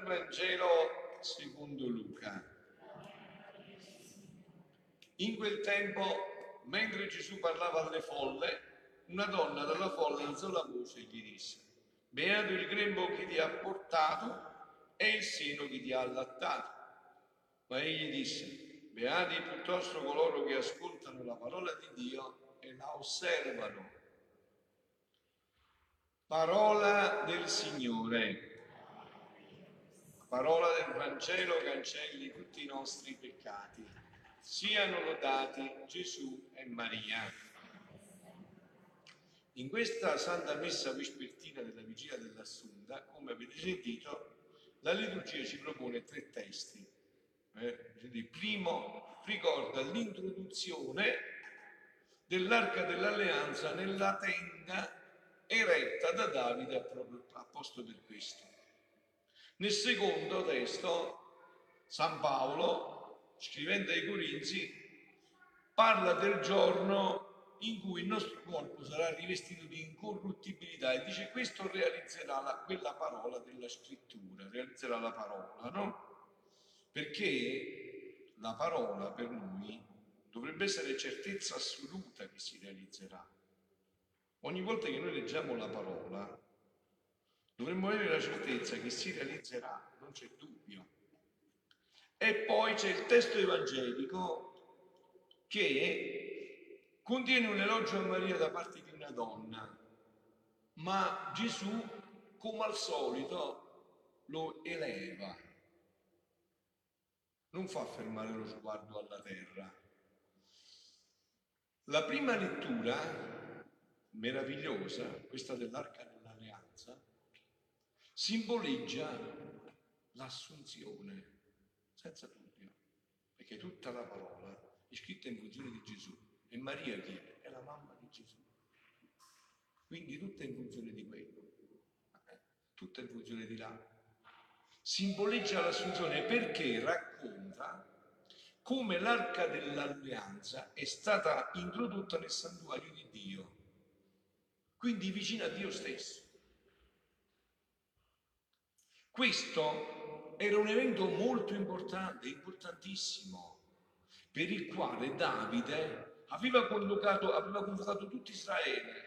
Vangelo secondo Luca. In quel tempo, mentre Gesù parlava alle folle, una donna dalla folla alzò la voce e gli disse: beato il grembo che ti ha portato e il seno che ti ha allattato. Ma egli disse: beati piuttosto coloro che ascoltano la parola di Dio e la osservano. Parola del Signore. Parola del Vangelo cancelli tutti i nostri peccati. Siano lodati Gesù e Maria. In questa Santa Messa vespertina della Vigilia dell'Assunta, come avete sentito, la liturgia ci propone 3 testi. Il primo ricorda l'introduzione dell'Arca dell'Alleanza nella tenda eretta da Davide apposto per questo. Nel secondo testo, San Paolo, scrivendo ai Corinzi, parla del giorno in cui il nostro corpo sarà rivestito di incorruttibilità e dice: questo realizzerà quella parola della scrittura, realizzerà la parola, no? Perché la parola per noi dovrebbe essere certezza assoluta che si realizzerà. Ogni volta che noi leggiamo la parola dovremmo avere la certezza che si realizzerà, non c'è dubbio. E poi c'è il testo evangelico che contiene un elogio a Maria da parte di una donna, ma Gesù, come al solito, lo eleva, non fa fermare lo sguardo alla terra. La prima lettura, meravigliosa, questa dell'Arca dell'Alleanza, simboleggia l'assunzione, senza dubbio, perché tutta la parola è scritta in funzione di Gesù. E Maria chi è? È la mamma di Gesù. Quindi tutta in funzione di quello, tutta in funzione di là. Simboleggia l'assunzione perché racconta come l'Arca dell'Alleanza è stata introdotta nel santuario di Dio, quindi vicino a Dio stesso. Questo era un evento molto importante, importantissimo, per il quale Davide aveva convocato tutto Israele.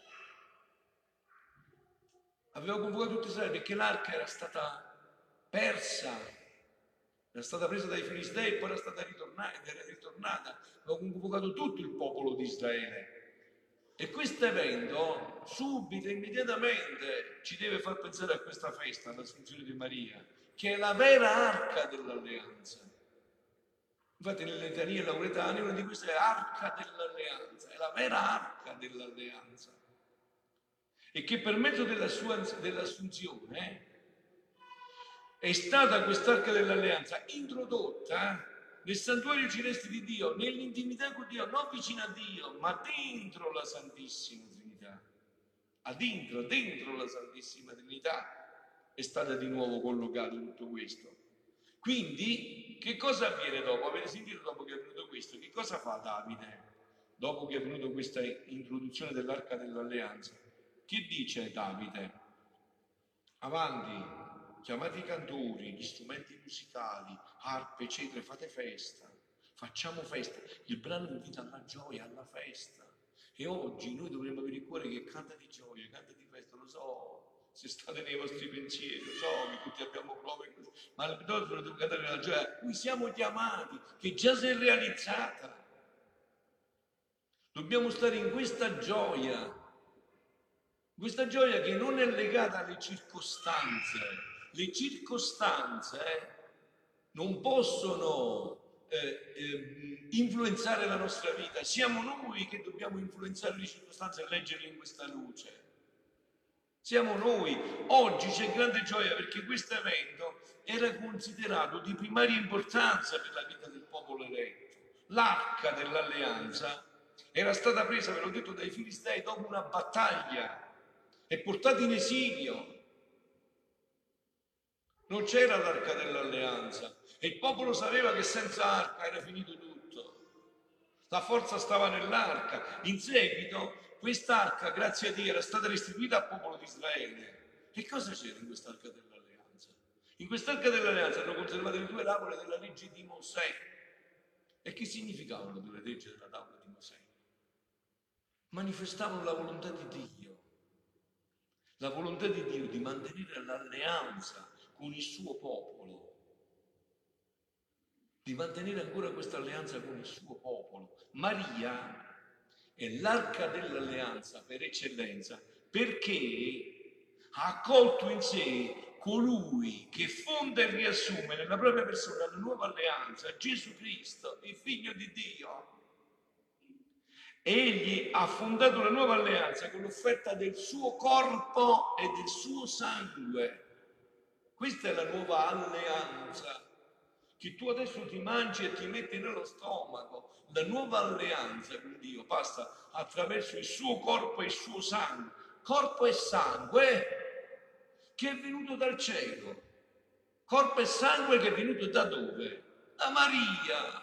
Aveva convocato tutto Israele perché l'arca era stata persa, era stata presa dai Filistei e poi era ritornata. Aveva convocato tutto il popolo di Israele. E questo evento subito, immediatamente, ci deve far pensare a questa festa, all'Assunzione di Maria, che è la vera arca dell'alleanza. Infatti nelle litanie lauretane una di queste è arca dell'alleanza, è la vera arca dell'alleanza. E che per mezzo dell'assunzione è stata quest'arca dell'alleanza introdotta nel santuario celeste di Dio, nell'intimità con Dio, non vicino a Dio, ma dentro la Santissima Trinità. Dentro la Santissima Trinità è stata di nuovo collocato tutto questo. Quindi, che cosa avviene dopo? Avete sentito dopo che è avvenuto questo? Che cosa fa Davide dopo che è avvenuta questa introduzione dell'Arca dell'Alleanza? Che dice Davide? Avanti, chiamate i cantori, gli strumenti musicali, arpe, eccetera, fate festa, facciamo festa. Il brano invita alla gioia, alla festa. E oggi noi dovremmo avere il cuore che canta di gioia, canta di festa, lo so, se state nei vostri pensieri, lo so che tutti abbiamo prove, ma noi dobbiamo cantare la gioia a cui siamo chiamati, che già si è realizzata. Dobbiamo stare in questa gioia che non è legata alle circostanze. Le circostanze non possono influenzare la nostra vita. Siamo noi che dobbiamo influenzare le circostanze e leggerle in questa luce. Siamo noi. Oggi c'è grande gioia perché questo evento era considerato di primaria importanza per la vita del popolo eletto. L'arca dell'alleanza era stata presa, ve l'ho detto, dai Filistei dopo una battaglia e portata in esilio. Non c'era l'arca dell'alleanza e il popolo sapeva che senza arca era finito tutto. La forza stava nell'arca. In seguito quest'arca, grazie a Dio, era stata restituita al popolo di Israele. Che cosa c'era in quest'arca dell'alleanza? In quest'arca dell'alleanza erano conservate le 2 tavole della legge di Mosè. E che significavano le 2 leggi della tavola di Mosè? Manifestavano la volontà di Dio. La volontà di Dio di mantenere l'alleanza con il suo popolo, di mantenere ancora questa alleanza con il suo popolo. Maria è l'arca dell'alleanza per eccellenza, perché ha accolto in sé colui che fonda e riassume nella propria persona la nuova alleanza, Gesù Cristo, il Figlio di Dio. Egli ha fondato la nuova alleanza con l'offerta del suo corpo e del suo sangue. Questa è la nuova alleanza che tu adesso ti mangi e ti metti nello stomaco. La nuova alleanza con Dio passa attraverso il suo corpo e il suo sangue. Corpo e sangue che è venuto dal cielo. Corpo e sangue che è venuto da dove? Da Maria.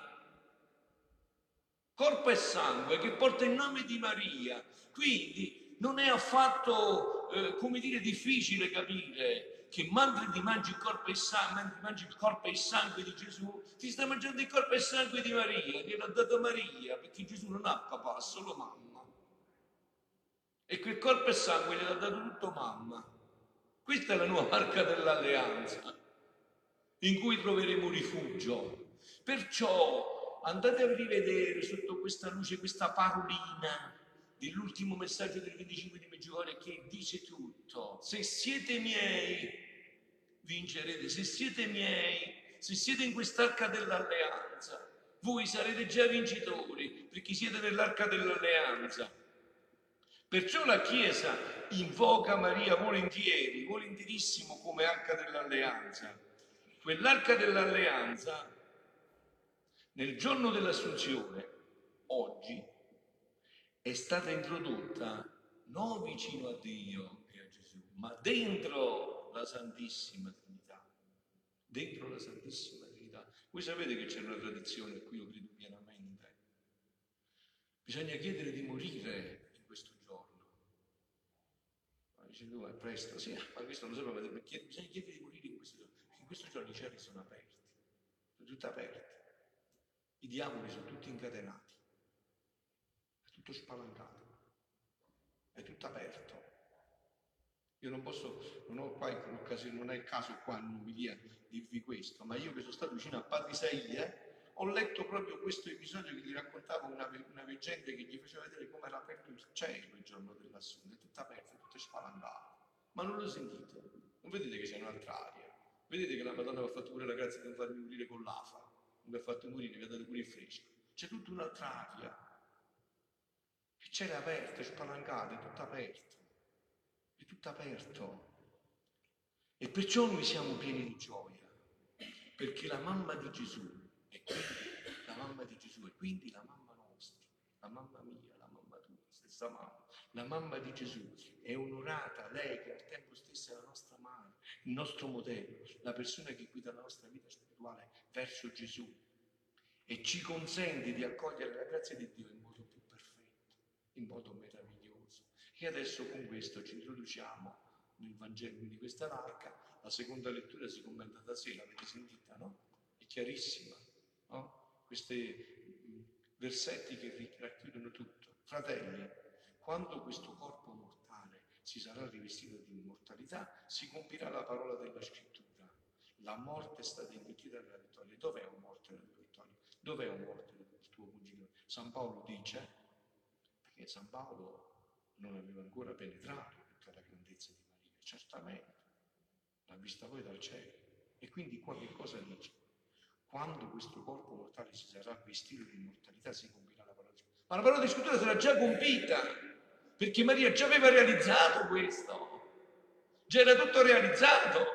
Corpo e sangue che porta il nome di Maria. Quindi non è affatto, difficile capire che mentre ti mangi il corpo e il sangue di Gesù, ti stai mangiando il corpo e il sangue di Maria, che l'ha dato Maria, perché Gesù non ha papà, ha solo mamma. E quel corpo e sangue gliel'ha dato tutto mamma. Questa è la nuova arca dell'alleanza, in cui troveremo rifugio. Perciò andate a rivedere sotto questa luce questa parolina dell'ultimo messaggio del 25 di Meggiore che dice tutto. Se siete miei, vincerete. Se siete miei, se siete in quest'arca dell'alleanza, voi sarete già vincitori, perché siete nell'arca dell'alleanza. Perciò la Chiesa invoca Maria volentieri, volentierissimo come arca dell'alleanza. Quell'arca dell'alleanza, nel giorno dell'Assunzione, oggi, è stata introdotta non vicino a Dio e a Gesù, ma dentro la Santissima Trinità. Dentro la Santissima Trinità. Voi sapete che c'è una tradizione, qui lo credo pienamente. Bisogna chiedere di morire in questo giorno. Ma dice tu, è presto, sì, ma questo lo sapete, perché bisogna chiedere di morire in questo giorno. In questo giorno i cieli sono aperti, sono tutti aperti. I diavoli sono tutti incatenati, è tutto spalancato, è tutto aperto. Io non ho qua l'occasione, non è il caso qua in Umilia dirvi questo, ma io che sono stato vicino a Padre Isaia, ho letto proprio questo episodio che gli raccontava una veggente che gli faceva vedere come era aperto il cielo il giorno dell'Assunzione, è tutto aperto, è tutto spalancato. Ma non lo sentite? Non vedete che c'è un'altra aria? Vedete che la Madonna mi ha fatto pure la grazia di non farmi morire con l'afa, non mi ha fatto morire, mi ha dato pure il fresco. C'è tutta un'altra aria. Il cielo è aperto, è spalancato, è tutto aperto. È tutto aperto. E perciò noi siamo pieni di gioia, perché la mamma di Gesù è quindi la mamma di Gesù, e quindi la mamma nostra, la mamma mia, la mamma tua, stessa mamma. La mamma di Gesù è onorata, lei che al tempo stesso è la nostra madre, il nostro modello, la persona che guida la nostra vita spirituale verso Gesù e ci consente di accogliere la grazia di Dio in modo più perfetto, in modo meraviglioso. E adesso con questo ci introduciamo nel Vangelo di questa arca. La seconda lettura si commenta da sé, l'avete sentita, no? È chiarissima, no? Questi versetti che racchiudono tutto. Fratelli, quando questo corpo mortale si sarà rivestito di immortalità, si compirà la parola della scrittura. La morte è stata inghiottita dalla vittoria. Dov'è o morte la tua vittoria? Dov'è o morte il tuo cugino? San Paolo dice, perché San Paolo non aveva ancora penetrato tutta la grandezza di Maria, certamente, l'ha vista poi dal cielo. E quindi qua che cosa dice? Quando questo corpo mortale si sarà vestito di immortalità, si compirà la parola di scrittura. Ma la parola di scrittura sarà già compita, perché Maria già aveva realizzato questo, già era tutto realizzato.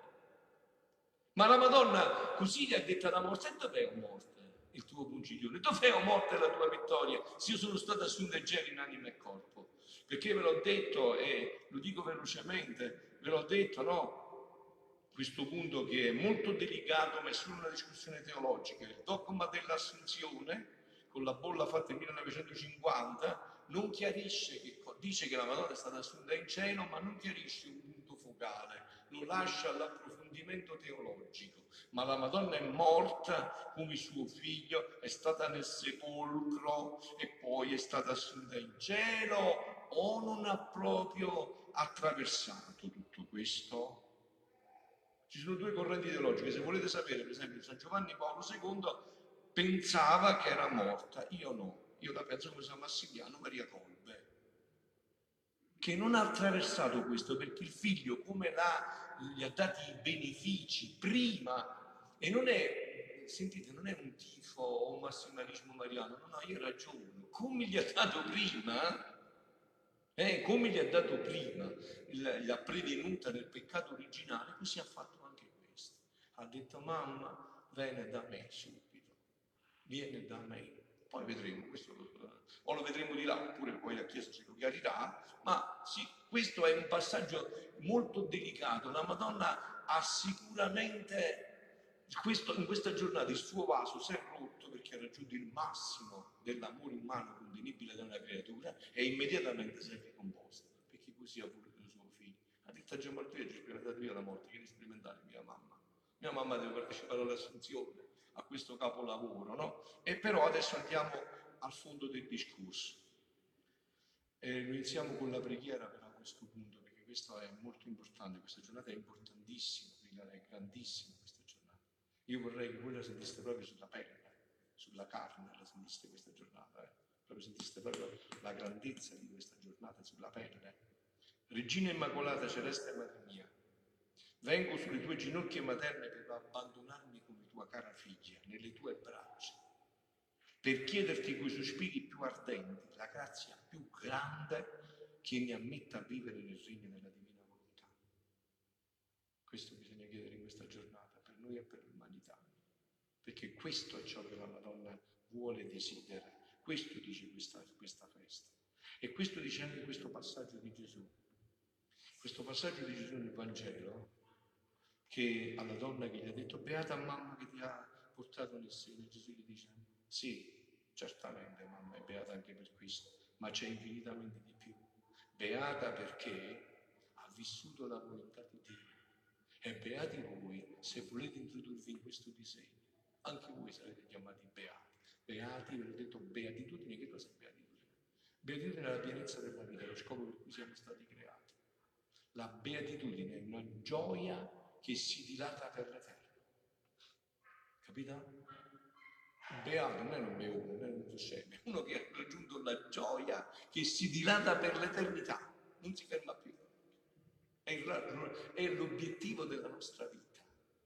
Ma la Madonna così gli ha detto alla morte: dov'è o morte il tuo pungiglione? Dov'è o morte la tua vittoria? Se io sono stata assunta in cielo in anima e corpo. Perché ve l'ho detto e lo dico velocemente, ve l'ho detto, no? Questo punto che è molto delicato, ma è solo una discussione teologica. Il dogma dell'assunzione, con la bolla fatta nel 1950, non chiarisce, dice che la Madonna è stata assunta in cielo, ma non chiarisce un punto focale, lo lascia all'approfondimento approfondimento teologico, ma la Madonna è morta come suo figlio, è stata nel sepolcro e poi è stata assunta in cielo, o non ha proprio attraversato tutto questo? Ci sono due correnti teologiche. Se volete sapere, per esempio, San Giovanni Paolo II pensava che era morta, io no, io la penso come San Massimiliano Maria Colbe, che non ha attraversato questo perché il figlio, come gli ha dati i benefici prima, e non è, sentite, non è un tifo o un massimalismo mariano, no, no, io ho ragione, come gli ha dato prima, come gli ha dato prima la prevenuta del peccato originale, così ha fatto anche questo. Ha detto: mamma, viene da me subito, viene da me. Poi vedremo, o lo vedremo di là, oppure poi la Chiesa ce lo chiarirà, ma sì, questo è un passaggio molto delicato. La Madonna ha sicuramente, in questa giornata il suo vaso si è rotto perché ha raggiunto il massimo dell'amore umano contenibile da una creatura e immediatamente si è ricomposta, perché così ha voluto il suo figlio. Ha detto a Gian Martino: ci sperimentate via la morte, che sperimentare mia mamma. Mia mamma deve partecipare all'assunzione, a questo capolavoro, no? E però adesso andiamo al fondo del discorso. Lo iniziamo con la preghiera però a questo punto, perché questo è molto importante, questa giornata è importantissima, è grandissima questa giornata. Io vorrei che voi la sentiste proprio sulla pelle, sulla carne, la sentiste questa giornata, proprio sentiste proprio la grandezza di questa giornata sulla pelle. Regina Immacolata, Celeste Madre mia, vengo sulle tue ginocchia materne per abbandonarmi come tua cara figlia, nelle tue braccia, per chiederti coi sospiri più ardenti la grazia più grande che mi ammetta a vivere nel regno della divina volontà. Questo bisogna chiedere in questa giornata, per noi e per l'umanità, perché questo è ciò che la Madonna vuole e desidera. Questo dice questa festa. E questo dice anche questo passaggio di Gesù. Questo passaggio di Gesù nel Vangelo, che alla donna che gli ha detto: beata mamma che ti ha portato nel seno, Gesù gli dice: sì, certamente mamma è beata anche per questo, ma c'è infinitamente di più. Beata perché ha vissuto la volontà di Dio. E beati voi se volete introdurvi in questo disegno. Anche voi sarete chiamati beati. Beati, ve l'ho detto, beatitudine. Che cosa è beatitudine? Beatitudine è la pienezza della vita, lo scopo per cui siamo stati creati. La beatitudine è una gioia che si dilata per l'eterno. Capito? Beato non è un beone, non è un scemo, è uno che ha raggiunto la gioia che si dilata per l'eternità, non si ferma più. È l'obiettivo della nostra vita.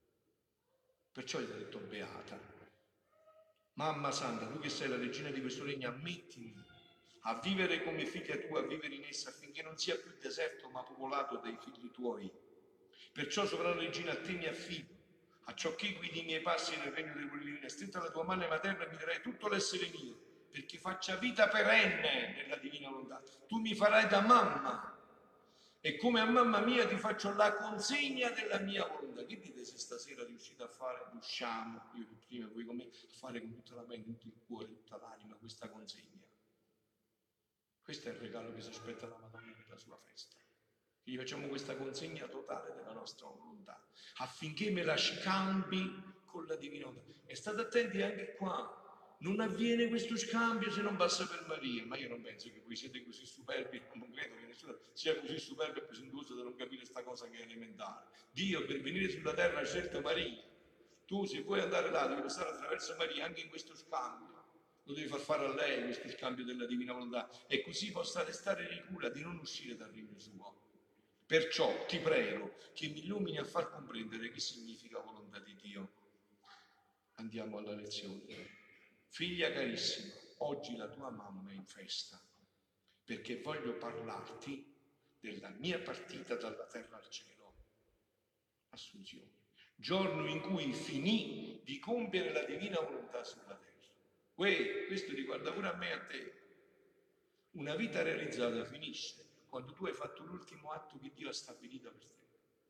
Perciò gli ha detto beata. Mamma Santa, tu che sei la regina di questo regno, ammettimi a vivere come figlia tua, a vivere in essa, affinché non sia più deserto ma popolato dai figli tuoi. Perciò, sovrana regina, a te mi affido, a ciò che guidi i miei passi nel regno delle volere divine. Stretta la tua mano materna e mi darai tutto l'essere mio, perché faccia vita perenne nella divina volontà. Tu mi farai da mamma, e come a mamma mia ti faccio la consegna della mia volontà. Che dite se stasera riuscite a fare, riusciamo, io che prima, voi come, a fare con tutta la mente, tutto il cuore, tutta l'anima questa consegna? Questo è il regalo che si aspetta la Madonna nella sua festa. Gli facciamo questa consegna totale della nostra volontà, affinché me la scambi con la divina volontà. E state attenti anche qua, non avviene questo scambio se non passa per Maria. Ma io non penso che voi siete così superbi, non credo che nessuno sia così superbo e presuntuoso da non capire questa cosa che è elementare. Dio per venire sulla terra ha scelto Maria. Tu se vuoi andare là devi passare attraverso Maria anche in questo scambio. Lo devi far fare a lei questo scambio della divina volontà, e così possa restare ricura di non uscire dal regno suo. Perciò ti prego che mi illumini a far comprendere che significa volontà di Dio. Andiamo alla lezione. Figlia carissima, oggi la tua mamma è in festa, perché voglio parlarti della mia partita dalla terra al cielo. Assunzione. Giorno in cui finì di compiere la divina volontà sulla terra. Questo riguarda pure a me e a te. Una vita realizzata finisce quando tu hai fatto l'ultimo atto che Dio ha stabilito per te.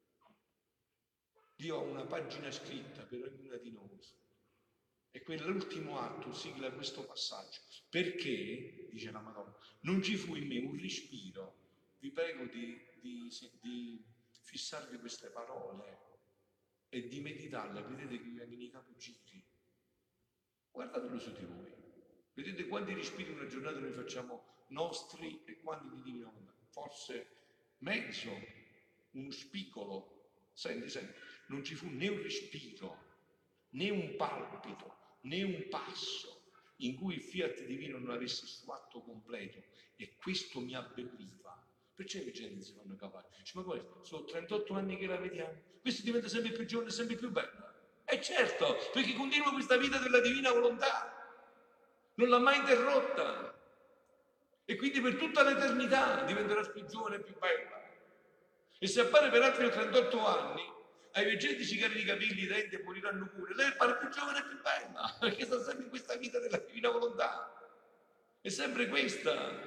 Dio ha una pagina scritta per ognuna di noi, e quell'ultimo atto sigla questo passaggio. Perché, dice la Madonna, non ci fu in me un respiro. Vi prego di fissarvi queste parole. e di meditarla, vedete che vi vengono i capogiri. Guardatelo su di voi. Vedete quanti respiri in una giornata noi facciamo nostri e quanti di divina volontà. Forse mezzo, uno spicolo. Senti, non ci fu né un respiro, né un palpito, né un passo in cui il fiat divino non avesse il suo atto completo, e questo mi abbelliva. Perciò le gente si fanno capaci. Ma poi sono 38 anni che la vediamo, questo diventa sempre più giovane e sempre più bello. E certo, perché continua questa vita della divina volontà, non l'ha mai interrotta, e quindi per tutta l'eternità diventerà più giovane e più bella. E se appare per altri 38 anni, ai veggenti cicari di capelli, i denti moriranno pure, lei appare più giovane e più bella, perché sta sempre in questa vita della divina volontà. È sempre questa.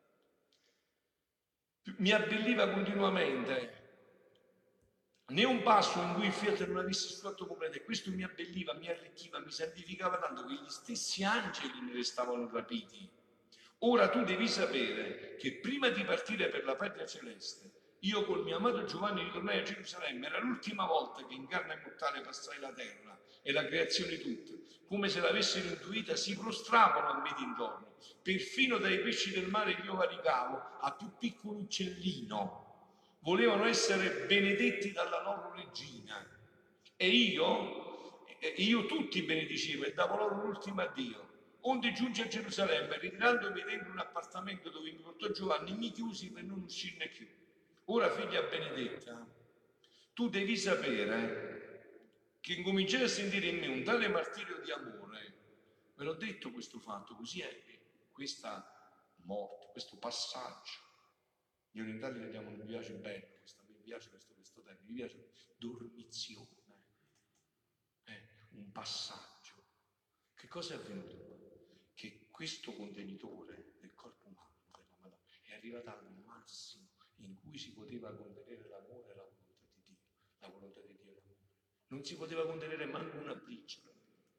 Mi abbelliva continuamente. Né un passo in cui il fiat non avesse il suo atto completo, e questo mi abbelliva, mi arricchiva, mi santificava tanto che gli stessi angeli mi restavano rapiti. Ora tu devi sapere che prima di partire per la patria celeste, io col mio amato Giovanni ritornai a Gerusalemme. Era l'ultima volta che in carne mortale passai la terra e la creazione tutta. Come se l'avessero intuita, si prostravano a me d'intorno. Perfino dai pesci del mare che io varicavo a più piccolo uccellino volevano essere benedetti dalla loro regina. E io tutti benedicevo e davo loro l'ultimo addio. Onde giunge a Gerusalemme, ritirandomi dentro un appartamento dove mi portò Giovanni, mi chiusi per non uscirne più. Ora, figlia benedetta, tu devi sapere che incominciai a sentire in me un tale martirio di amore. Ve l'ho detto questo fatto, così è questa morte, questo passaggio. Gli orientali le chiamano, mi piace bello, mi piace questo termine, mi piace dormizione, un passaggio. Che cosa è avvenuto? Che questo contenitore del corpo umano della Madonna è arrivato al massimo in cui si poteva contenere l'amore e la volontà di Dio. La volontà di Dio è l'amore. Non si poteva contenere manco una briciola.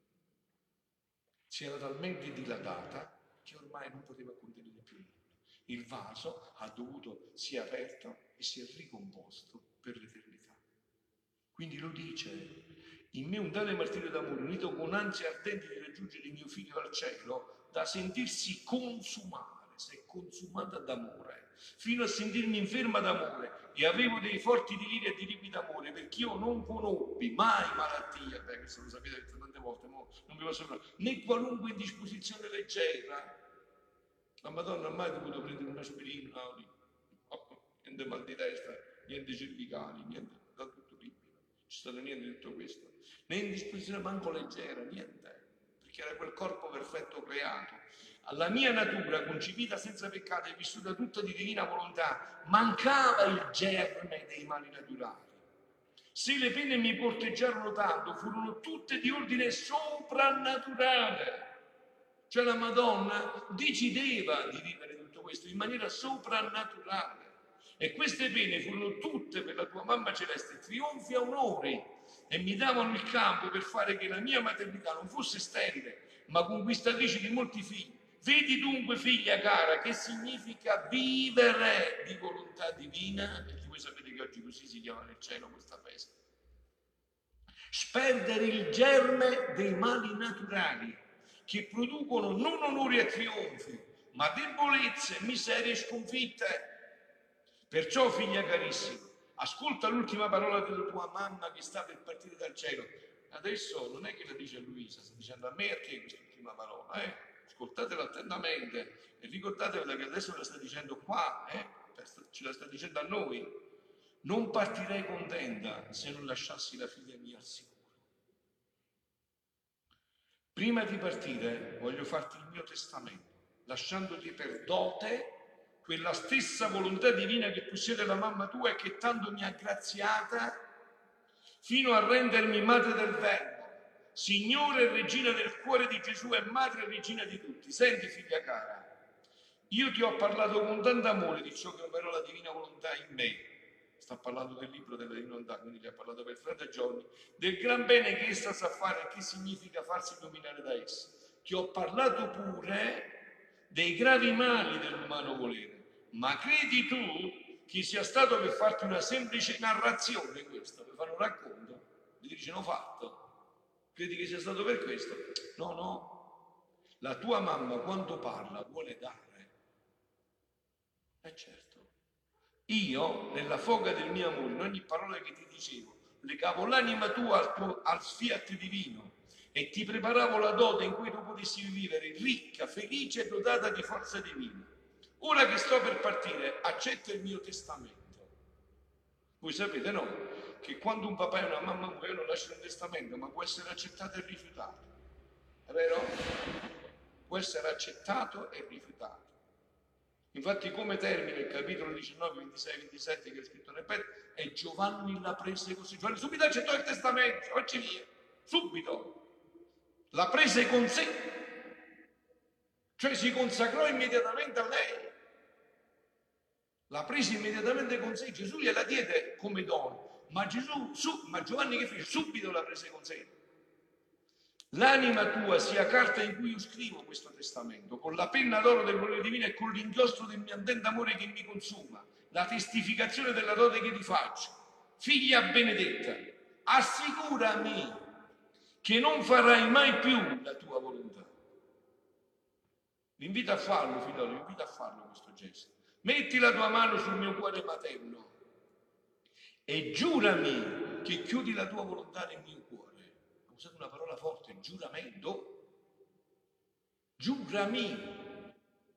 Si era talmente dilatata che ormai non poteva contenere più nulla. Il vaso si è aperto e si è ricomposto per l'eternità. Quindi lo dice: in me un tale martirio d'amore, unito con ansia ardente di raggiungere il mio figlio al cielo, da sentirsi consumare, si è consumata d'amore, fino a sentirmi inferma d'amore, e avevo dei forti deliri e diritti d'amore, perché io non conobbi mai malattia, questo lo sapete tante volte, non vi posso parlare, né qualunque indisposizione leggera. La Madonna ha mai dovuto prendere un'aspirina, niente mal di testa, niente cervicali, niente, da tutto libero. Non c'è stato niente di tutto questo. Né indisposizione manco leggera, niente, perché era quel corpo perfetto creato. Alla mia natura, concepita senza peccato e vissuta tutta di divina volontà, mancava il germe dei mali naturali. Se le pene mi porteggiarono tanto, furono tutte di ordine soprannaturale. Cioè la Madonna decideva di vivere tutto questo in maniera soprannaturale. E queste pene furono tutte per la tua mamma celeste, trionfi e onori, e mi davano il campo per fare che la mia maternità non fosse sterile, ma conquistatrice di molti figli. Vedi dunque, figlia cara, che significa vivere di volontà divina, perché voi sapete che oggi così si chiama nel cielo questa festa. Sperdere il germe dei mali naturali, che producono non onori e trionfi, ma debolezze, miserie e sconfitte. Perciò, figlia carissima, ascolta l'ultima parola della tua mamma che sta per partire dal cielo. Adesso non è che la dice a Luisa, sta dicendo a me e a te questa ultima parola, Ascoltatela attentamente e ricordatevela che adesso la sta dicendo qua, ce la sta dicendo a noi. Non partirei contenta se non lasciassi la figlia mia al sicuro. Prima di partire voglio farti il mio testamento, lasciandoti per dote quella stessa volontà divina che possiede la mamma tua e che tanto mi ha graziata fino a rendermi madre del Verbo, Signore e Regina del cuore di Gesù e Madre e Regina di tutti. Senti, figlia cara, io ti ho parlato con tanto amore di ciò che operò la divina volontà in me. Sta parlando del libro della divina volontà, quindi gli ha parlato per 30 giorni, del gran bene che essa sa fare e che significa farsi dominare da essa. Ti ho parlato pure dei gravi mali dell'umano volere, ma credi tu che sia stato per farti una semplice narrazione questa, per fare un racconto? Mi dice, l'ho fatto. Credi che sia stato per questo? No, no. La tua mamma quando parla vuole dare. Certo. Io, nella foga del mio amore, in ogni parola che ti dicevo, legavo l'anima tua al fiat divino e ti preparavo la dote in cui tu potessi vivere ricca, felice e dotata di forza divina. Ora che sto per partire, accetta il mio testamento. Voi sapete, no? Che quando un papà e una mamma muoiono lasciano un testamento, ma può essere accettato e rifiutato. È vero? Può essere accettato e rifiutato. Infatti, come termina il capitolo 19, 26, 27 che è scritto nel Petro, e Giovanni la prese così. Giovanni subito accettò il testamento, facci via, subito. La prese con sé, cioè si consacrò immediatamente a lei. La prese immediatamente con sé, Gesù gliela diede come dono, ma Giovanni che fece? Subito la prese con sé. L'anima tua sia carta in cui io scrivo questo testamento, con la penna d'oro del volere divino e con l'inchiostro del mio ardente amore che mi consuma, la testificazione della dote che ti faccio. Figlia benedetta, assicurami che non farai mai più la tua volontà. Vi invito a farlo, figliolo, vi invito a farlo questo gesto. Metti la tua mano sul mio cuore materno e giurami che chiudi la tua volontà nel mio cuore. Ho usato una parola forte, giuramento. Giurami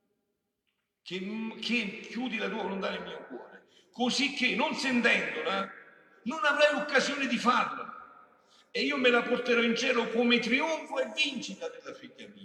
che chiudi la tua volontà nel mio cuore, così che non sentendola non avrai occasione di farla. E io me la porterò in cielo come trionfo e vincita della figlia mia.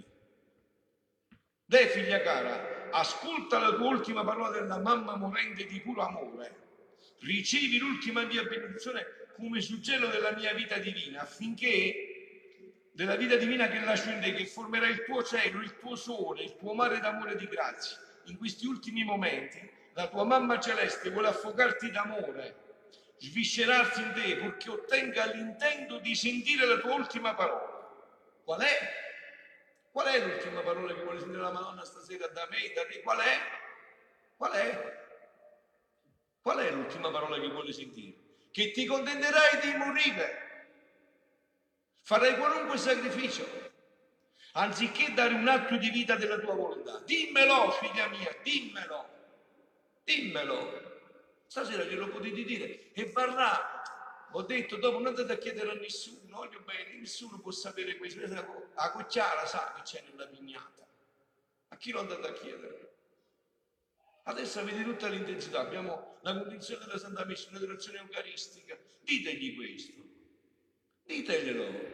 Deh, figlia cara, ascolta la tua ultima parola della mamma morente di puro amore. Ricevi l'ultima mia benedizione come suggello della mia vita divina, affinché della vita divina che lascio in te, che formerà il tuo cielo, il tuo sole, il tuo mare d'amore e di grazia. In questi ultimi momenti la tua mamma celeste vuole affogarti d'amore, sviscerarsi in te, purché ottenga l'intento di sentire la tua ultima parola. Qual è? Qual è l'ultima parola che vuole sentire la Madonna stasera da me, da te? Qual è? Qual è? Qual è l'ultima parola che vuole sentire? Che ti contenterai di morire. Farai qualunque sacrificio, anziché dare un atto di vita della tua volontà. Dimmelo, figlia mia, dimmelo. Dimmelo. Stasera glielo potete dire e varrà. Ho detto, dopo non andate a chiedere a nessuno, voglio bene, nessuno può sapere questo. La cucciara sa che c'è nella vignata. A chi lo andate a chiedere? Adesso avete tutta l'intensità, abbiamo la condizione della Santa Messa, l'adorazione eucaristica. Ditegli questo. Diteglielo.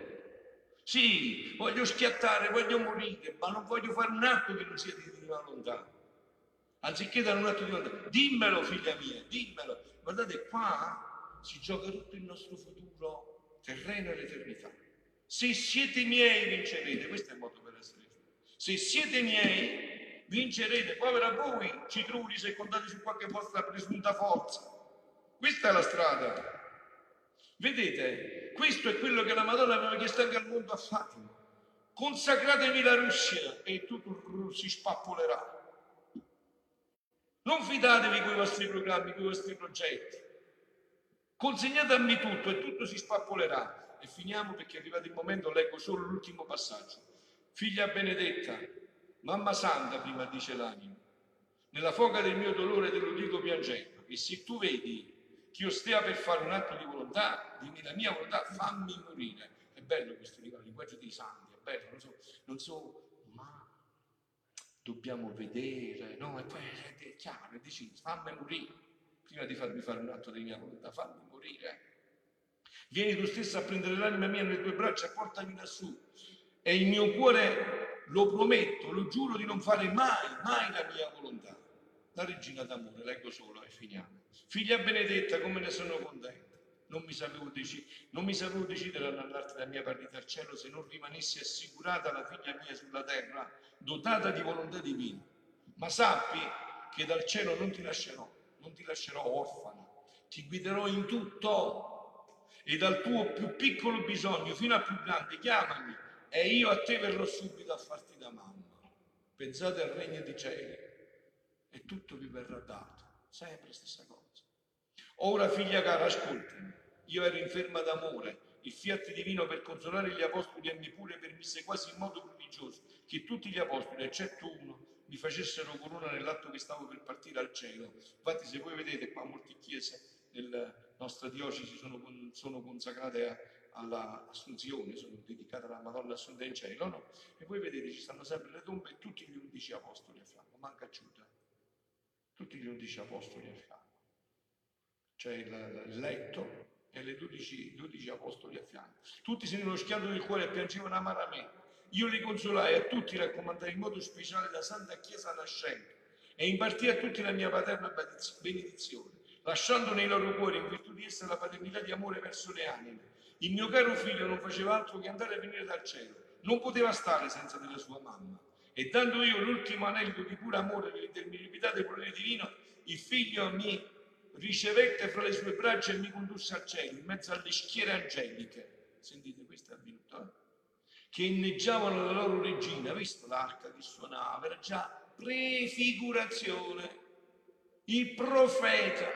Sì, voglio schiattare, voglio morire, ma non voglio fare un atto che non sia di divina volontà. Anziché dare un atto di volontà, dimmelo, figlia mia, dimmelo. Guardate, qua si gioca tutto il nostro futuro terreno e l'eternità. Se siete miei, vincerete. Questo è il modo per essere figli. Se siete miei, vincerete. Povera voi, citrulli, se contate su qualche vostra presunta forza. Questa è la strada. Vedete, questo è quello che la Madonna aveva chiesto anche al mondo a Fatima. Consacratevi la Russia e tutto si spappolerà. Non fidatevi con i vostri programmi, con i vostri progetti. Consegnatemi tutto e tutto si spappolerà. E finiamo perché è arrivato il momento, leggo solo l'ultimo passaggio. Figlia benedetta, mamma santa, prima dice l'anima, nella foga del mio dolore te lo dico piangendo, e se tu vedi che io stia per fare un atto di volontà, dimmi la mia volontà, fammi morire. È bello questo linguaggio dei santi, è bello, non so, ma dobbiamo vedere, no, è chiaro, è deciso, fammi morire. Prima di farmi fare un atto di mia volontà, fammi morire. Vieni tu stesso a prendere l'anima mia nelle tue braccia e portami lassù. E il mio cuore, lo prometto, lo giuro di non fare mai, mai la mia volontà. La regina d'amore, leggo solo e finiamo. Figlia benedetta, come ne sono contenta. Non mi sapevo decidere ad andarti la mia partita al cielo se non rimanessi assicurata la figlia mia sulla terra, dotata di volontà divina. Ma sappi che dal cielo non ti lascerò orfana, ti guiderò in tutto e dal tuo più piccolo bisogno fino al più grande chiamami e io a te verrò subito a farti da mamma. Pensate al regno dei cieli e tutto vi verrà dato, sempre la stessa cosa. Ora figlia cara, ascoltami, io ero inferma d'amore il fiat divino per consolare gli apostoli e me pure permise quasi in modo prodigioso che tutti gli apostoli, eccetto uno, mi facessero corona nell'atto che stavo per partire al cielo. Infatti se voi vedete qua molte chiese della nostra diocesi sono consacrate alla Assunzione, sono dedicate alla Madonna Assunta in cielo, no? E voi vedete ci stanno sempre le tombe e tutti gli 11 apostoli a fianco, manca Giuda, tutti gli 11 apostoli a fianco. C'è il letto e le 12 apostoli a fianco. Tutti se nello schianto del cuore piangevano amaramente. Io li consolai, a tutti raccomandai in modo speciale la Santa Chiesa nascente e impartii a tutti la mia paterna benedizione, lasciando nei loro cuori, in virtù di essa, la paternità di amore verso le anime. Il mio caro figlio non faceva altro che andare e venire dal cielo, non poteva stare senza della sua mamma. E dando io l'ultimo anello di puro amore dell'illimitato volere divino, il figlio mi ricevette fra le sue braccia e mi condusse al cielo, in mezzo alle schiere angeliche. Sentite, questo è avvenuto, che inneggiavano la loro regina. Visto l'arca che suonava? Era già prefigurazione. Il profeta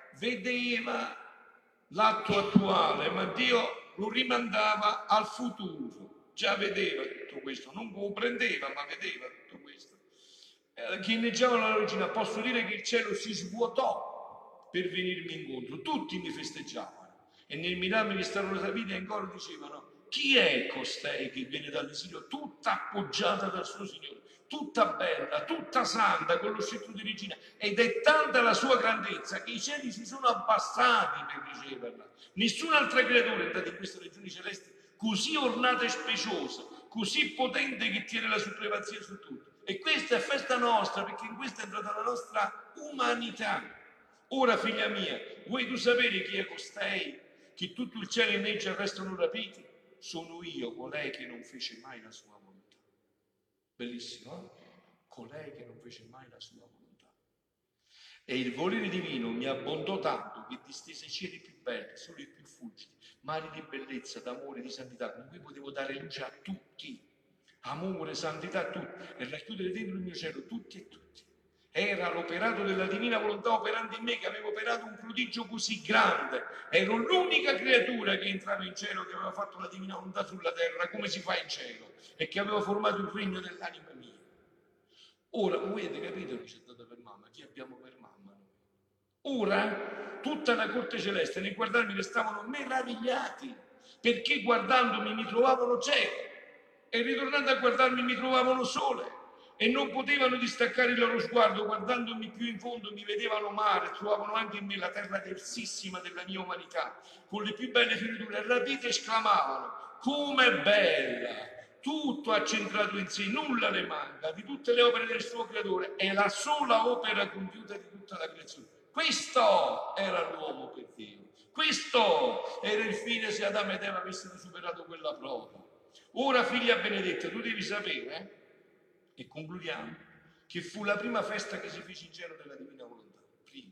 vedeva l'atto attuale, ma Dio lo rimandava al futuro. Già vedeva tutto questo, non comprendeva, ma vedeva tutto questo. Che inneggiavano la regina, posso dire che il cielo si svuotò per venirmi incontro. Tutti mi festeggiavano e nel mirarmi starono rapiti e in coro dicevano: chi è costei che viene dall'esilio tutta appoggiata dal suo Signore, tutta bella, tutta santa, con lo scettro di regina? Ed è tanta la sua grandezza che i cieli si sono abbassati per riceverla. Nessun'altra creatura è entrata in queste regioni celesti così ornata e speciosa, così potente che tiene la supremazia su tutto. E questa è festa nostra, perché in questa è entrata la nostra umanità. Ora, figlia mia, vuoi tu sapere chi è costei che tutto il cielo inneggia e restano rapiti? Sono io, colei che non fece mai la sua volontà. Bellissimo, eh? Colei che non fece mai la sua volontà. E il volere divino mi abbondò tanto che distese cieli più belli, soli più fulgidi, mari di bellezza, d'amore, di santità, con cui potevo dare luce a tutti, amore, santità a tutti, e racchiudere dentro il mio cielo tutti e tutti. Era l'operato della divina volontà operante in me che aveva operato un prodigio così grande. Ero l'unica creatura che entrava in cielo, che aveva fatto la divina volontà sulla terra, come si fa in cielo, e che aveva formato il regno dell'anima mia. Ora, voi avete capito che c'è dato per mamma? Chi abbiamo per mamma? Ora, tutta la corte celeste nel guardarmi restavano meravigliati, perché guardandomi mi trovavano cieco e ritornando a guardarmi mi trovavano sole e non potevano distaccare il loro sguardo. Guardandomi più in fondo mi vedevano mare, trovavano anche in me la terra tersissima della mia umanità, con le più belle fioriture, rapite esclamavano: com'è bella! Tutto ha centrato in sé, nulla le manca, di tutte le opere del suo creatore, è la sola opera compiuta di tutta la creazione. Questo era l'uomo per Dio, questo era il fine se Adamo ed Eva avessero superato quella prova. Ora, figlia benedetta, tu devi sapere, e concludiamo, che fu la prima festa che si fece in cielo della divina volontà. Prima.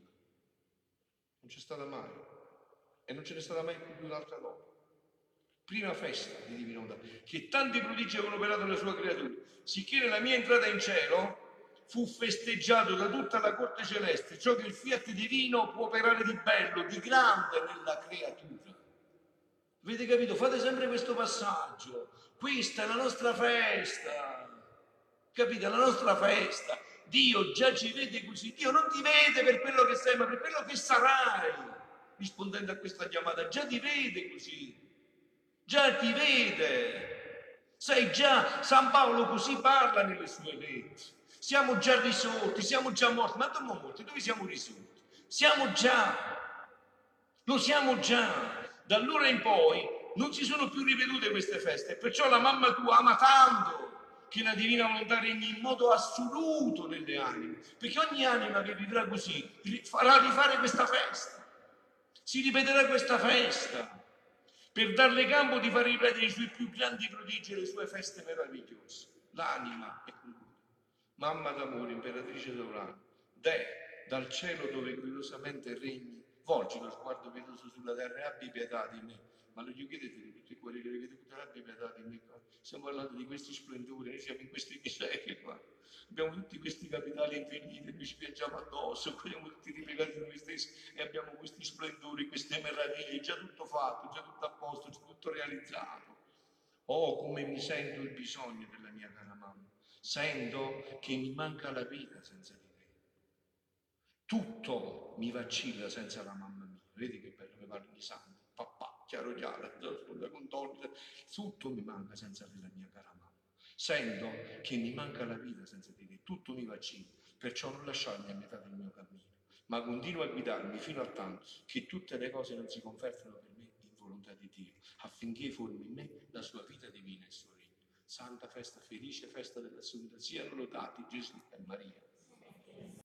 Non c'è stata mai. E non ce n'è stata mai più un'altra dopo. Prima festa di divina volontà, che tanti prodigi avevano operato nella sua creatura, sicché nella mia entrata in cielo fu festeggiato da tutta la corte celeste ciò che il fiat divino può operare di bello, di grande nella creatura. Avete capito? Fate sempre questo passaggio. Questa è la nostra festa. Capite? La nostra festa. Dio già ci vede così. Dio non ti vede per quello che sei, ma per quello che sarai. Rispondendo a questa chiamata, già ti vede così. Già ti vede. Sai già, San Paolo così parla nelle sue lettere. Siamo già risorti, siamo già morti. Ma non morti, dove siamo risorti? Siamo già. Lo siamo già. Da allora in poi non si sono più ripetute queste feste, e perciò la mamma tua ama tanto che la divina volontà regni in modo assoluto nelle anime, perché ogni anima che vivrà così farà rifare questa festa, si ripeterà questa festa, per darle campo di far ripetere i suoi più grandi prodigi e le sue feste meravigliose. L'anima è conclusa. Mamma d'amore, imperatrice sovrana, dal cielo dove gloriosamente regni, volgi lo sguardo pietoso sulla terra e abbi pietà di me, ma lo gli chiedete di tutti i cuori, lo chiedete tutta la Bibbia, datemi qua. Stiamo parlando di questi splendori, noi siamo in queste miserie qua. Abbiamo tutti questi capitali infiniti, noi ci piangiamo addosso, siamo tutti rilegati a noi stessi e abbiamo questi splendori, queste meraviglie, già tutto fatto, già tutto a posto, già tutto realizzato. Oh, come mi sento il bisogno della mia cara mamma. Sento che mi manca la vita senza di lei. Tutto mi vacilla senza la mamma mia. Vedi che bello che parli di santo. Papà, chiaro chiaro, tutto mi manca senza la mia cara mamma. Sento che mi manca la vita senza di te, tutto mi vacilla, perciò non lasciarmi a metà del mio cammino, ma continua a guidarmi fino a tanto che tutte le cose non si convertono per me in volontà di Dio, affinché formi in me la sua vita divina e il suo regno. Santa festa felice, festa dell'Assunta, siano lodati Gesù e Maria.